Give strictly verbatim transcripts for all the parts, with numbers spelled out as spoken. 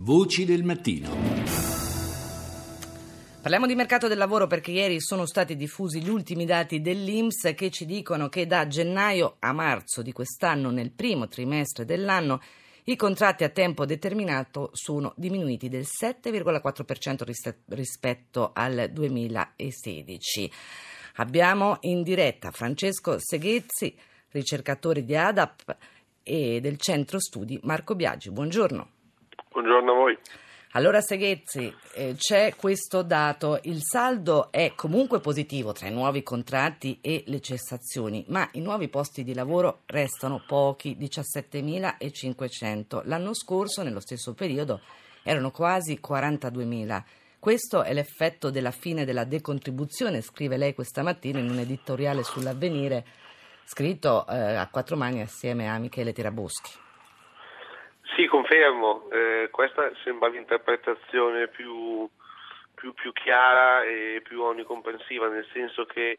Voci del mattino. Parliamo di mercato del lavoro perché ieri sono stati diffusi gli ultimi dati dell'I N P S che ci dicono che da gennaio a marzo di quest'anno, nel primo trimestre dell'anno, i contratti a tempo determinato sono diminuiti del sette virgola quattro per cento rispetto al duemilasedici. Abbiamo in diretta Francesco Seghezzi, ricercatore di A D A P e del centro studi Marco Biagi. Buongiorno. Buongiorno a voi. Allora Seghezzi, eh, c'è questo dato, il saldo è comunque positivo tra i nuovi contratti e le cessazioni, ma i nuovi posti di lavoro restano pochi, diciassettemilacinquecento. L'anno scorso, nello stesso periodo, erano quasi quarantaduemila. Questo è l'effetto della fine della decontribuzione, scrive lei questa mattina in un editoriale sull'Avvenire, scritto eh, a quattro mani assieme a Michele Tiraboschi. Sì, confermo, eh, questa sembra l'interpretazione più, più, più chiara e più onnicomprensiva, nel senso che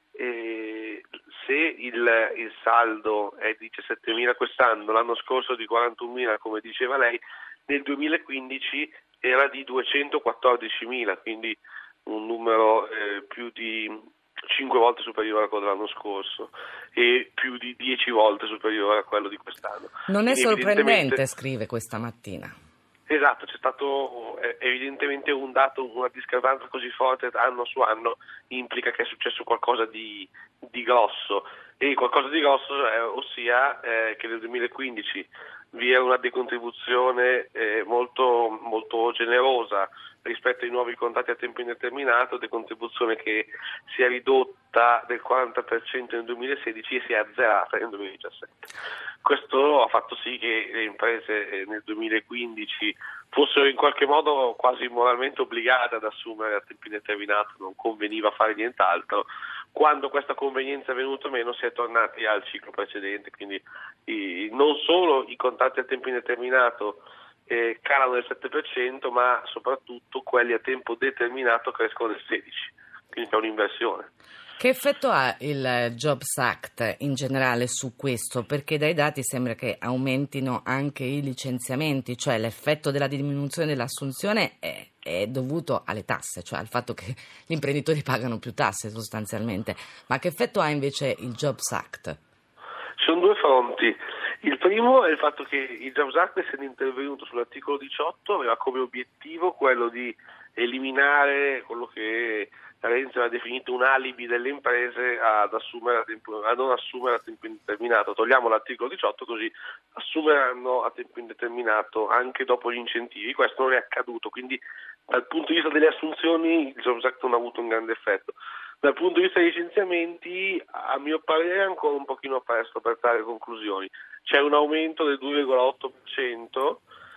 eh, se il, il saldo è di diciassettemila quest'anno, l'anno scorso di quarantunomila come diceva lei, nel duemilaquindici era di duecentoquattordicimila, quindi un numero eh, più di cinque volte superiore a quello dell'anno scorso e più di dieci volte superiore a quello di quest'anno. Non è Quindi sorprendente, evidentemente... scrive questa mattina. Esatto, c'è stato eh, evidentemente un dato, una discrepanza così forte anno su anno implica che è successo qualcosa di, di grosso, e qualcosa di grosso eh, ossia eh, che nel duemilaquindici vi è una decontribuzione eh, molto, molto generosa rispetto ai nuovi contratti a tempo indeterminato, decontribuzione che si è ridotta del quaranta per cento nel duemilasedici e si è azzerata nel duemiladiciassette. Questo ha fatto sì che le imprese nel duemilaquindici fossero in qualche modo quasi moralmente obbligate ad assumere a tempo indeterminato, non conveniva fare nient'altro. Quando questa convenienza è venuta meno si è tornati al ciclo precedente, quindi i, non solo i contratti a tempo indeterminato eh, calano del sette per cento, ma soprattutto quelli a tempo determinato crescono del sedici per cento, quindi c'è un'inversione. Che effetto ha il Jobs Act in generale su questo? Perché dai dati sembra che aumentino anche i licenziamenti, cioè l'effetto della diminuzione dell'assunzione è, è dovuto alle tasse, cioè al fatto che gli imprenditori pagano più tasse sostanzialmente. Ma che effetto ha invece il Jobs Act? Ci sono due fronti. Il primo è il fatto che il Jobs Act, essendo intervenuto sull'articolo diciotto, aveva come obiettivo quello di eliminare quello che Renzi aveva definito un alibi delle imprese ad assumere a, tempo, a non assumere a tempo indeterminato. Togliamo l'articolo diciotto, così assumeranno a tempo indeterminato anche dopo gli incentivi. Questo non è accaduto, quindi dal punto di vista delle assunzioni il Jobs Act non ha avuto un grande effetto. Dal punto di vista dei licenziamenti, a mio parere è ancora un pochino presto per trarre conclusioni. C'è un aumento del due virgola otto per cento,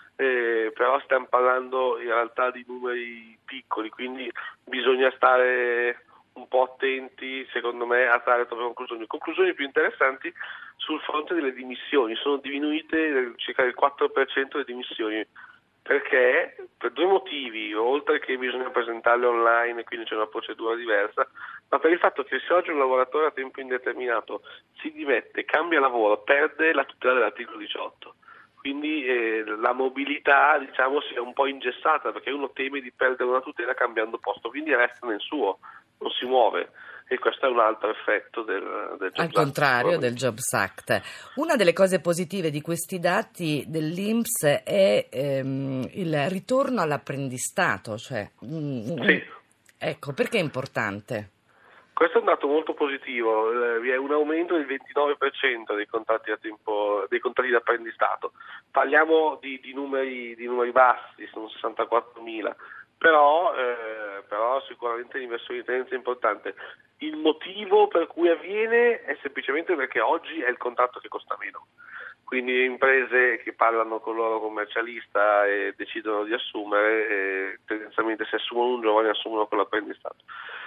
eh, però stiamo parlando in realtà di numeri piccoli, quindi bisogna stare un po' attenti, secondo me, a trarre troppe conclusioni. Conclusioni più interessanti sul fronte delle dimissioni. Sono diminuite circa il quattro per cento le dimissioni, perché per due motivi, oltre che bisogna presentarle online e quindi c'è una procedura diversa, ma per il fatto che se oggi un lavoratore a tempo indeterminato si dimette, cambia lavoro, perde la tutela dell'articolo diciotto. Quindi eh, la mobilità, diciamo, si è un po' ingessata, perché uno teme di perdere una tutela cambiando posto, quindi resta nel suo, non si muove. E questo è un altro effetto del, del Jobs Act. Al contrario del Jobs Act. Una delle cose positive di questi dati dell'I N P S è ehm, il ritorno all'apprendistato. Cioè, mm, sì. Ecco, perché è importante? Questo è un dato molto positivo, vi è un aumento del ventinove per cento dei contratti a tempo, dei contratti di apprendistato. Parliamo di, di, numeri, di numeri bassi, sono sessantaquattromila, però, eh, però sicuramente l'inversione di tendenza è importante. Il motivo per cui avviene è semplicemente perché oggi è il contratto che costa meno. Quindi imprese che parlano con il loro commercialista e decidono di assumere, e tendenzialmente se assumono un giovane assumono con l'apprendistato.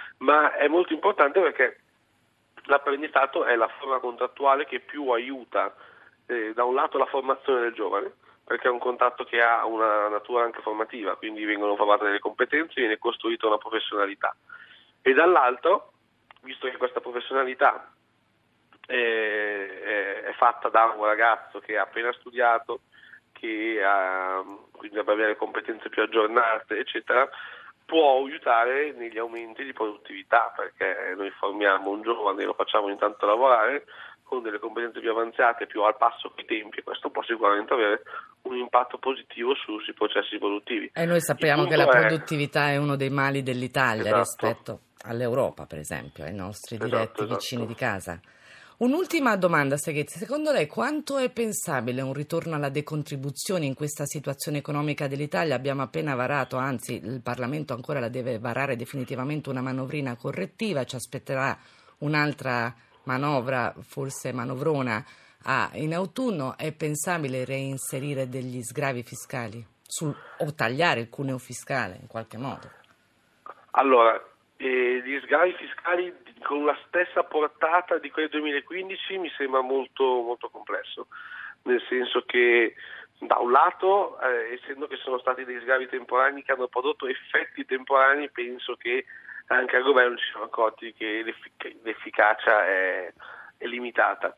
Ma è molto importante perché l'apprendistato è la forma contrattuale che più aiuta eh, da un lato la formazione del giovane, perché è un contratto che ha una natura anche formativa, quindi vengono formate delle competenze, viene costruita una professionalità, e dall'altro, visto che questa professionalità è, è, è fatta da un ragazzo che ha appena studiato, che ha, quindi dovrebbe avere competenze più aggiornate, eccetera, può aiutare negli aumenti di produttività, perché noi formiamo un giovane e lo facciamo intanto lavorare con delle competenze più avanzate, più al passo coi tempi, e questo può sicuramente avere un impatto positivo su, sui processi produttivi. E noi sappiamo che la è... produttività è uno dei mali dell'Italia, esatto, rispetto all'Europa, per esempio, ai nostri esatto, diretti esatto. vicini di casa. Un'ultima domanda, Seghezzi. Secondo lei quanto è pensabile un ritorno alla decontribuzione in questa situazione economica dell'Italia? Abbiamo appena varato, anzi il Parlamento ancora la deve varare definitivamente, una manovrina correttiva, ci aspetterà un'altra manovra, forse manovrona, ah, in autunno. È pensabile reinserire degli sgravi fiscali sul, o tagliare il cuneo fiscale in qualche modo? Allora, eh, gli sgravi fiscali con la stessa portata di quel duemilaquindici mi sembra molto, molto complesso, nel senso che da un lato, eh, essendo che sono stati dei sgravi temporanei che hanno prodotto effetti temporanei, penso che anche al governo ci siamo accorti che l'effic- l'efficacia è, è limitata.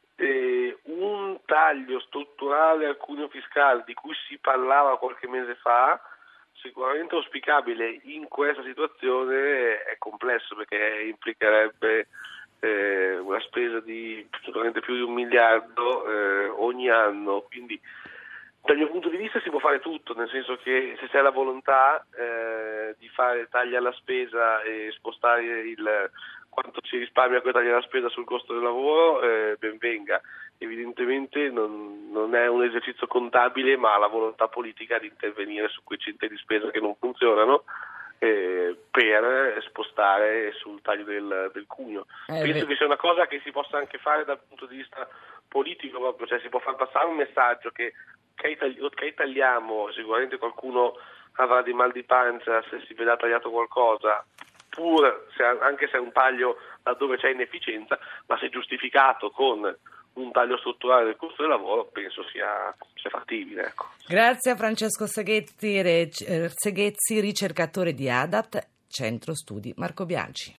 Eh, un taglio strutturale al cuneo fiscale di cui si parlava qualche mese fa, sicuramente auspicabile in questa situazione, è complesso perché implicherebbe eh, una spesa di sicuramente più di un miliardo eh, ogni anno, quindi dal mio punto di vista si può fare tutto, nel senso che se c'è la volontà eh, di fare tagli alla spesa e spostare il quanto si risparmia con i tagli alla spesa sul costo del lavoro, eh, ben venga. Evidentemente non, non è un esercizio contabile, ma la volontà politica di intervenire su quei centri di spesa che non funzionano eh, per spostare sul taglio del, del cuneo. Eh, Penso beh. che sia una cosa che si possa anche fare dal punto di vista politico proprio, cioè si può far passare un messaggio che che, tagli, che tagliamo, sicuramente qualcuno avrà di mal di pancia se si vedrà tagliato qualcosa, pur se, anche se è un taglio laddove c'è inefficienza, ma se giustificato con un taglio strutturale del costo del lavoro, penso sia, sia fattibile. Ecco. Grazie a Francesco Seghezzi, Seghezzi, ricercatore di ADAPT, Centro Studi Marco Bianchi.